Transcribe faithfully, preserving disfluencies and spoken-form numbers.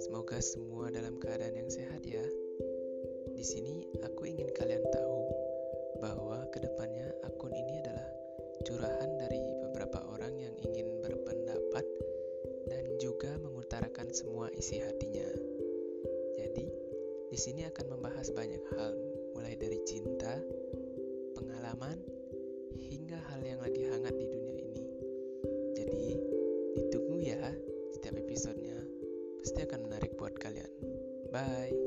Semoga semua dalam keadaan yang sehat ya. Di sini aku ingin kalian tahu bahwa kedepannya akun ini adalah curahan dari beberapa orang yang ingin berpendapat dan juga mengutarakan semua isi hatinya. Jadi, di sini akan membahas banyak hal, mulai dari cinta, pengalaman, hingga hal yang lagi hangat di dunia ini. Jadi, ditunggu ya setiap episodenya. Pasti akan menarik buat kalian. Bye.